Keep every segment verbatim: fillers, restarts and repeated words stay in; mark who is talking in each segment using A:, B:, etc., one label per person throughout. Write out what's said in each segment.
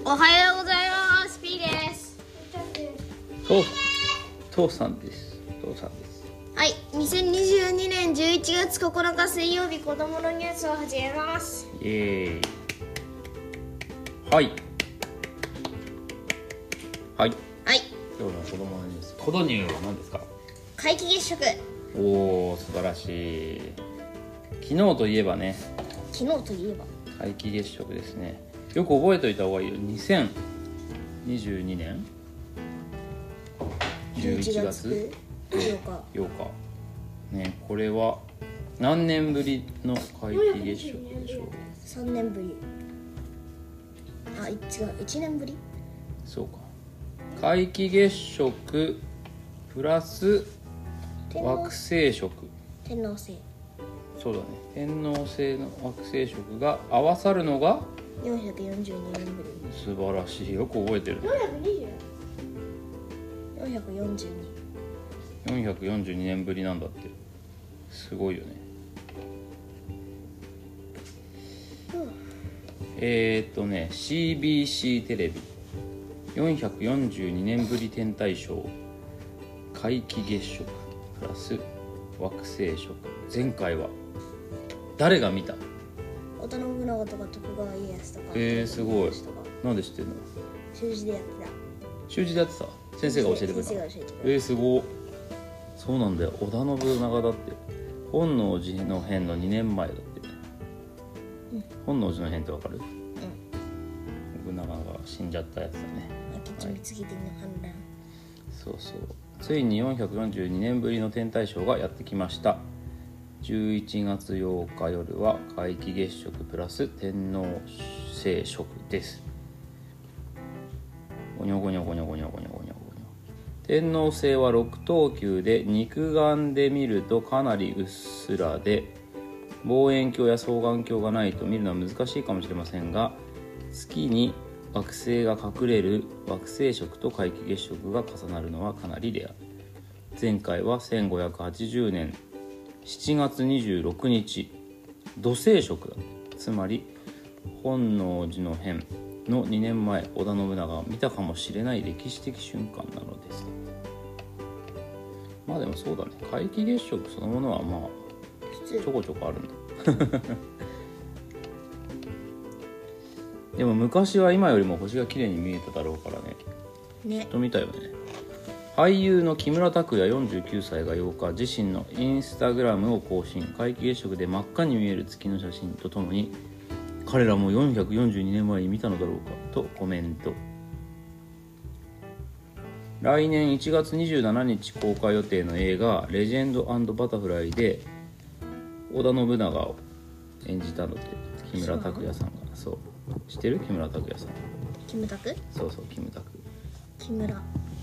A: おはようございます。 P です。
B: 父父さんです父さんです。
A: はい、にせんにじゅうにねんじゅういちがつここのか水曜日、子供のニュースを始めます。
B: イエーイ。はいはい
A: はい、
B: 今日の子供のニュース、子供ニューは何ですか？
A: 皆既月食。
B: おお、素晴らしい。昨日といえばね、
A: 昨日といえば
B: 皆既月食ですね。よく覚えておいた方がいいよ。にせんにじゅうにねんじゅういちがつ
A: ようか
B: ようかね、これは何年ぶりの皆既月食でしょう？
A: さんねんぶり。あ、違う、いちねんぶり。
B: そうか。皆既月食プラス惑星食。
A: 天王星。
B: そうだね。天王星の惑星食が合わさるのが
A: よんひゃくよんじゅうにねんぶり。
B: 素晴らしい。よく覚えてるね。
A: よんひゃくにじゅう よんひゃくよんじゅうに。
B: よんひゃくよんじゅうにねんぶりなんだって。すごいよね。
A: うん、
B: えー、っとね シービーシー テレビよんひゃくよんじゅうにねんぶり天体ショー皆既月食プラス惑星食。前回は誰が見た？
A: 織田信長とか徳川家康とか。
B: えー、すごい。なんで知ってんの？
A: 習字でやってた。
B: 習字でやってた？先生が教えてくれた？
A: 先生が教えてくれた。
B: えー、すごい。そうなんだよ。織田信長だって。本能寺の変のにねんまえだって、うん、本能寺の変ってわかる？うん、信長が死んじゃったやつだね。
A: 明智光秀の反乱、はい、
B: そうそう。ついによんひゃくよんじゅうにねんぶりの天体ショーがやってきました。じゅういちがつようか夜は皆既月食プラス天王星食です。ゴニョゴニョゴニョゴニョゴニョゴニョゴニョ。天王星はろく等級で肉眼で見るとかなりうっすらで、望遠鏡や双眼鏡がないと見るのは難しいかもしれませんが、月に惑星が隠れる惑星食と皆既月食が重なるのはかなりレア。前回はせんごひゃくはちじゅうねんしちがつにじゅうろくにち、土星食だ。つまり本能寺の変のにねんまえ、織田信長が見たかもしれない歴史的瞬間なのです。まあでもそうだね、皆既月食そのものはまあちょこちょこあるんだでも昔は今よりも星が綺麗に見えただろうからね。
A: ね。
B: きっと見たよね。俳優の木村拓哉よんじゅうきゅうさいがようか、自身のインスタグラムを更新。皆既月食で真っ赤に見える月の写真とともに、彼らもよんひゃくよんじゅうにねんまえに見たのだろうかとコメント。来年いちがつにじゅうしちにち公開予定の映画レジェンド&バタフライで織田信長を演じたので、木村拓哉さんが。そう知ってる？木村拓哉さん。
A: キムタク？
B: そうそう、キムタク。
A: 木村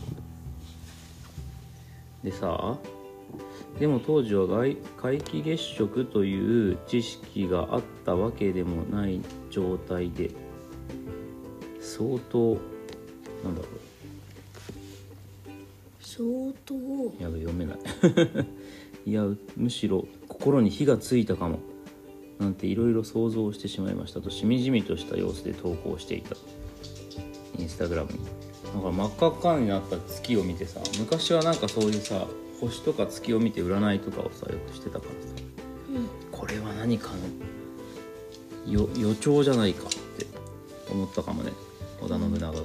B: でさ、でも当時は皆既月食という知識があったわけでもない状態で、相当なんだろう、
A: 相当
B: やべ読めないいやむしろ心に火がついたかもなんていろいろ想像してしまいましたと、しみじみとした様子で投稿していたインスタグラムに。なんか真っ赤っかになった月を見てさ、昔はなんかそういうさ、星とか月を見て占いとかをさよくしてたからさ、うん、これは何かのよ予兆じゃないかって思ったかもね、織田信長が、うん、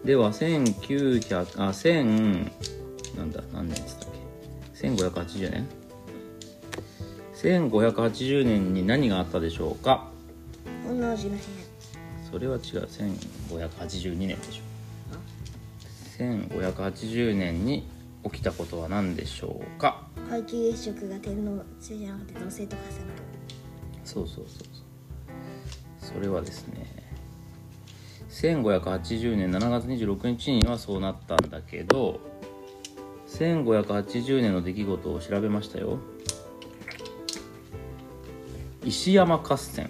B: ではせんきゅうひゃくあ1000なんだ何年っつったっけ、せんごひゃくはちじゅうねんせんごひゃくはちじゅうねんに何があったでしょうか？
A: 本能寺の変。
B: それは違う、せんごひゃくはちじゅうにねんでしょ。せんごひゃくはちじゅうねんに起きたことは何でしょうか？
A: 皆既月食が天王星じゃなくて土星と重なる。
B: そうそうそうそう。それはですね、せんごひゃくはちじゅうねんしちがつにじゅうろくにちにはそうなったんだけど、せんごひゃくはちじゅうねんの出来事を調べましたよ。石山合戦。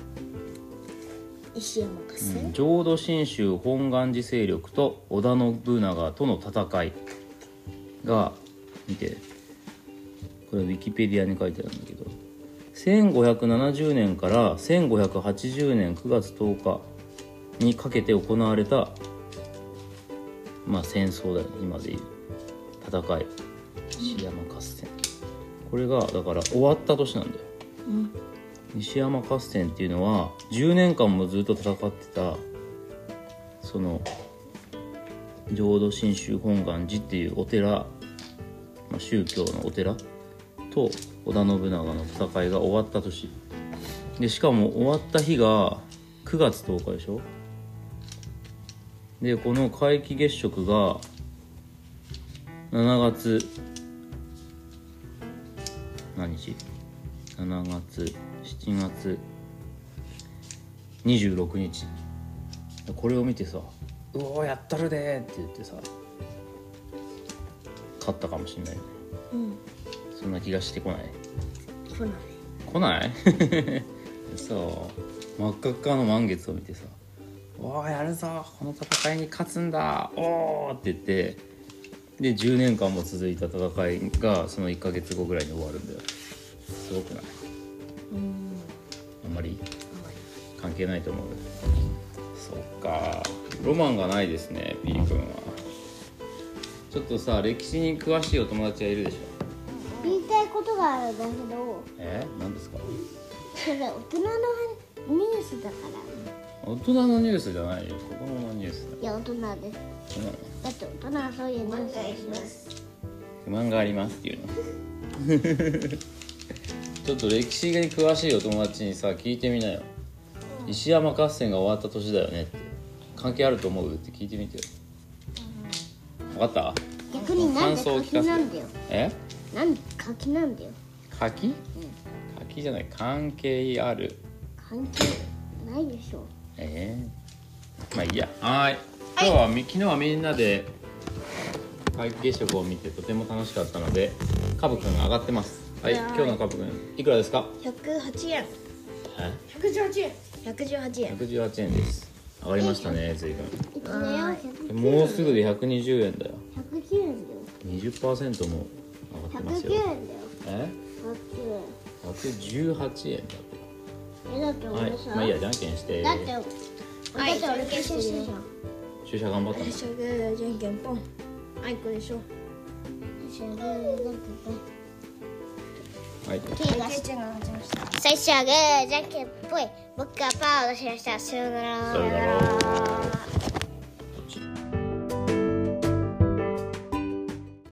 A: 石山合戦、うん、
B: 浄土真宗本願寺勢力と織田信長との戦いが、見て、これウィキペディアに書いてあるんだけど、せんごひゃくななじゅうねんからせんごひゃくはちじゅうねんくがつとおかにかけて行われた、まあ、戦争だよね、今でいう戦い、西山合戦。これがだから終わった年なんだよ、うん、西山合戦っていうのはじゅうねんかんもずっと戦ってた、その浄土真宗本願寺っていうお寺、まあ、宗教のお寺と織田信長の戦いが終わった年で、しかも終わった日がくがつとおかでしょ。でこの皆既月食がしちがつ何日しちがつしちがつにじゅうろくにち、これを見てさ、うおーやったるでーって言ってさ、勝ったかもしれないよね、うん、そんな気がしてこない？
A: 来ない
B: 来ないそう真っ赤っかの満月を見てさ、おーやるぞ、この戦いに勝つんだ、おーって言って、でじゅうねんかんも続いた戦いがそのいっかげつごぐらいに終わるんだよ。すごくない？うん、あんまり関係ないと思う。そっか、ロマンがないですね、ピー君は。ちょっとさ、歴史に詳しいお友達がいるでしょ。
A: 言いたいことがあるんだけど。
B: え、何ですか？
A: それ大人のニュースだから。
B: 大人のニュースじゃないよ、子供のニュースだ。
A: いや、大人です。だって大人はそういうニュースをします。
B: 不満がありますっていうのちょっと歴史に詳しいお友達にさ、聞いてみなよ。石山合戦が終わった年だよねって、関係あると思うって聞いてみてよ。分かった？
A: 逆になんで柿なんだよ。
B: え？
A: なんで柿なんだよ。
B: 柿？うん、柿じゃない、関係ある。
A: 関係ないでしょ。
B: ええー、まあいいや。はい。今日は、はい、昨日はみんなで皆既月食を見てとても楽しかったので、カブくんが上がってます。はい。今日のカブくんいくらですか？
A: ひゃくはちえん。
B: え？
A: ひゃくじゅうはちえん。ひゃくじゅうはちえん。
B: ひゃくじゅうはちえんです。上がりましたね、随分。
A: も
B: もうすぐでひゃくにじゅうえんだよ。
A: ひゃくきゅうえんだよ。
B: にじゅっパーセント も上がってますよ。
A: ひゃくきゅうえんだよ。
B: え？ひゃくじゅうはちえんだって。
A: え、だって俺さ、
B: はい、まあいいや、じゃんけんして。
A: だって、だって俺注射してるじゃん。
B: 注射頑張ったの。
A: 注射でじゃんけんぽん。あいこでしょ。注射でじゃんけんぽん。はい。最初はグーじゃんけんぽい。僕がパーを出しました。さよなら。
B: さよなら。